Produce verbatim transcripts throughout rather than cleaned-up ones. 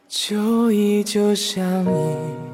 就依旧像一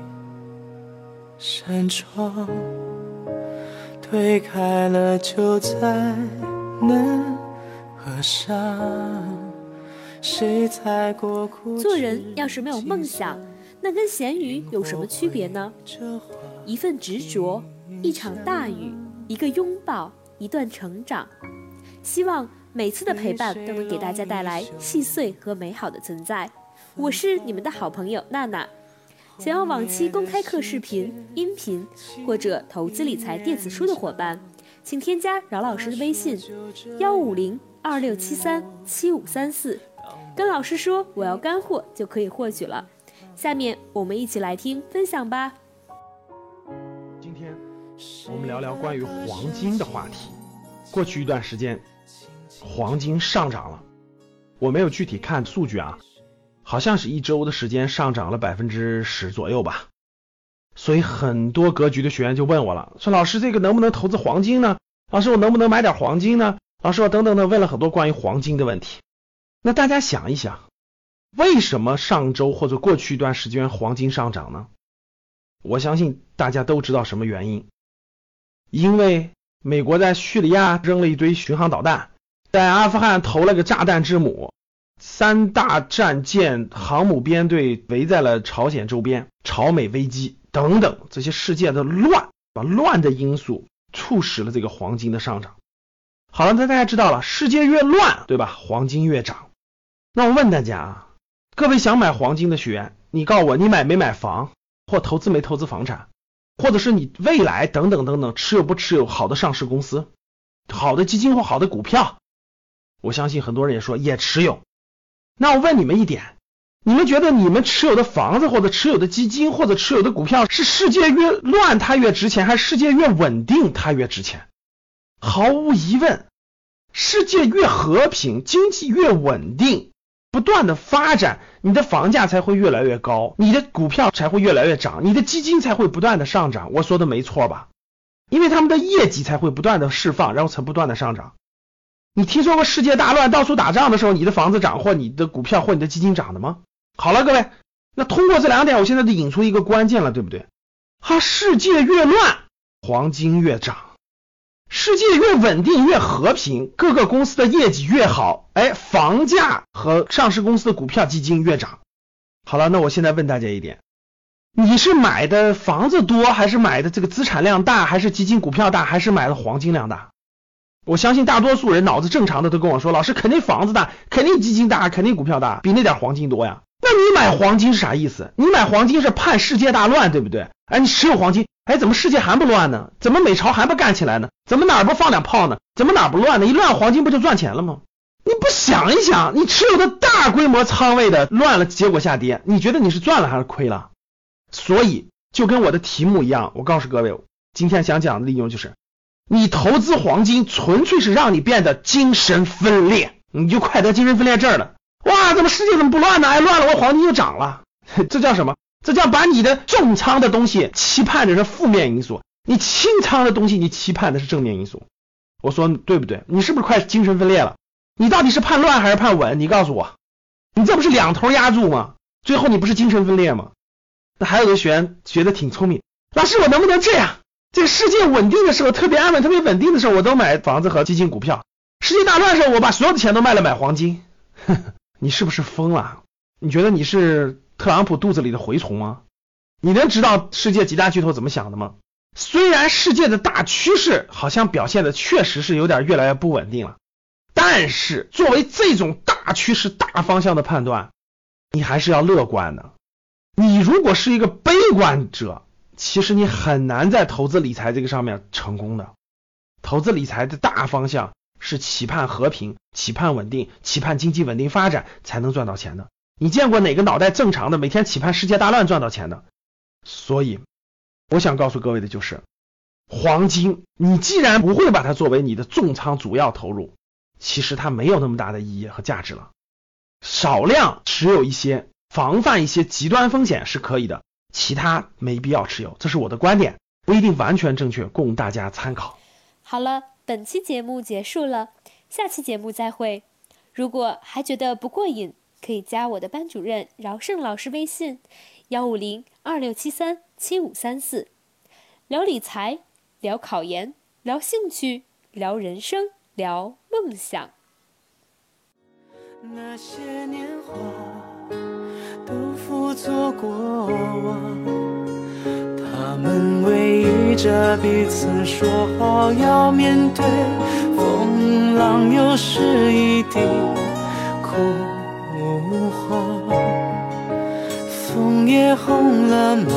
扇窗，推开了就再难合上。谁踩过枯枝， 做人要是没有梦想，那跟咸鱼有什么区别呢？一份执着，一场大雨，一个拥抱，一段成长。希望每次的陪伴都能给大家带来细碎和美好的存在。我是你们的好朋友娜娜。想要往期公开课视频、音频或者投资理财电子书的伙伴，请添加饶老师的微信幺五零二六七三七五三四，跟老师说我要干货就可以获取了。下面我们一起来听分享吧。 今天我们聊聊关于黄金的话题。过去一段时间，黄金上涨了，我没有具体看数据啊，好像是一周的时间上涨了百分之十左右吧。所以很多格局的学员就问我了，说老师这个能不能投资黄金呢？老师我能不能买点黄金呢？老师我等等的问了很多关于黄金的问题。那大家想一想，为什么上周或者过去一段时间黄金上涨呢？我相信大家都知道什么原因。因为美国在叙利亚扔了一堆巡航导弹，在阿富汗投了个炸弹之母，三大战舰航母编队围在了朝鲜周边，朝美危机等等，这些世界的乱，把乱的因素促使了这个黄金的上涨。好了，那大家知道了，世界越乱，对吧？黄金越涨。那我问大家啊，各位想买黄金的学员，你告诉我，你买没买房，或投资没投资房产，或者是你未来等等等等持有不持有好的上市公司、好的基金或好的股票？我相信很多人也说也持有。那我问你们一点，你们觉得你们持有的房子或者持有的基金或者持有的股票是世界越乱它越值钱，还是世界越稳定它越值钱？毫无疑问，世界越和平，经济越稳定，不断的发展，你的房价才会越来越高，你的股票才会越来越涨，你的基金才会不断的上涨。我说的没错吧？因为他们的业绩才会不断的释放，然后才不断的上涨。你听说过世界大乱到处打仗的时候，你的房子涨或你的股票或你的基金涨的吗？好了各位，那通过这两点我现在就引出一个关键了，对不对？哈，世界越乱，黄金越涨。世界越稳定越和平，各个公司的业绩越好，哎，房价和上市公司的股票基金越涨。好了，那我现在问大家一点，你是买的房子多，还是买的这个资产量大，还是基金股票大，还是买的黄金量大？我相信大多数人脑子正常的都跟我说，老师肯定房子大，肯定基金大，肯定股票大，比那点黄金多呀。那你买黄金是啥意思？你买黄金是盼世界大乱，对不对？哎，你持有黄金，哎，怎么世界还不乱呢？怎么美朝还不干起来呢？怎么哪儿不放两炮呢？怎么哪儿不乱呢？一乱黄金不就赚钱了吗？你不想一想，你持有的大规模仓位的乱了，结果下跌，你觉得你是赚了还是亏了？所以就跟我的题目一样，我告诉各位，今天想讲的内容就是，你投资黄金纯粹是让你变得精神分裂，你就快得精神分裂症了。哇，怎么世界怎么不乱呢？哎，乱了，我黄金就涨了。这叫什么？这叫把你的重仓的东西期盼的是负面因素，你轻仓的东西你期盼的是正面因素。我说对不对？你是不是快精神分裂了？你到底是盼乱还是盼稳？你告诉我，你这不是两头压住吗？最后你不是精神分裂吗？那还有的学员觉得挺聪明，老师我能不能这样？这个世界稳定的时候，特别安稳特别稳定的时候，我都买房子和基金股票，世界大乱的时候我把所有的钱都卖了买黄金。呵呵，你是不是疯了？你觉得你是特朗普肚子里的蛔虫吗？你能知道世界几大巨头怎么想的吗？虽然世界的大趋势好像表现的确实是有点越来越不稳定了，但是作为这种大趋势大方向的判断，你还是要乐观的。你如果是一个悲观者，其实你很难在投资理财这个上面成功的。投资理财的大方向是期盼和平，期盼稳定，期盼经济稳定发展才能赚到钱的。你见过哪个脑袋正常的每天期盼世界大乱赚到钱的？所以我想告诉各位的就是，黄金你既然不会把它作为你的重仓主要投入，其实它没有那么大的意义和价值了。少量持有一些，防范一些极端风险是可以的，其他没必要持有，这是我的观点，不一定完全正确，供大家参考。 好了，本期节目结束了，下期节目再会。如果还觉得不过瘾， 可以加我的班主任饶胜老师微信幺五零二六七三七五三四，聊理财，聊考研，聊兴趣，聊人生，聊梦想。 那些年华都辅佐过往，他们偎依着彼此，说好要面对风浪，又是一地枯黄，枫叶红了满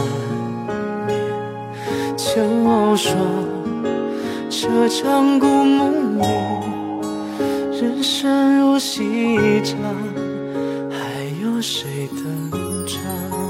面秋霜，这场古梦里人生如戏场，还有谁登场？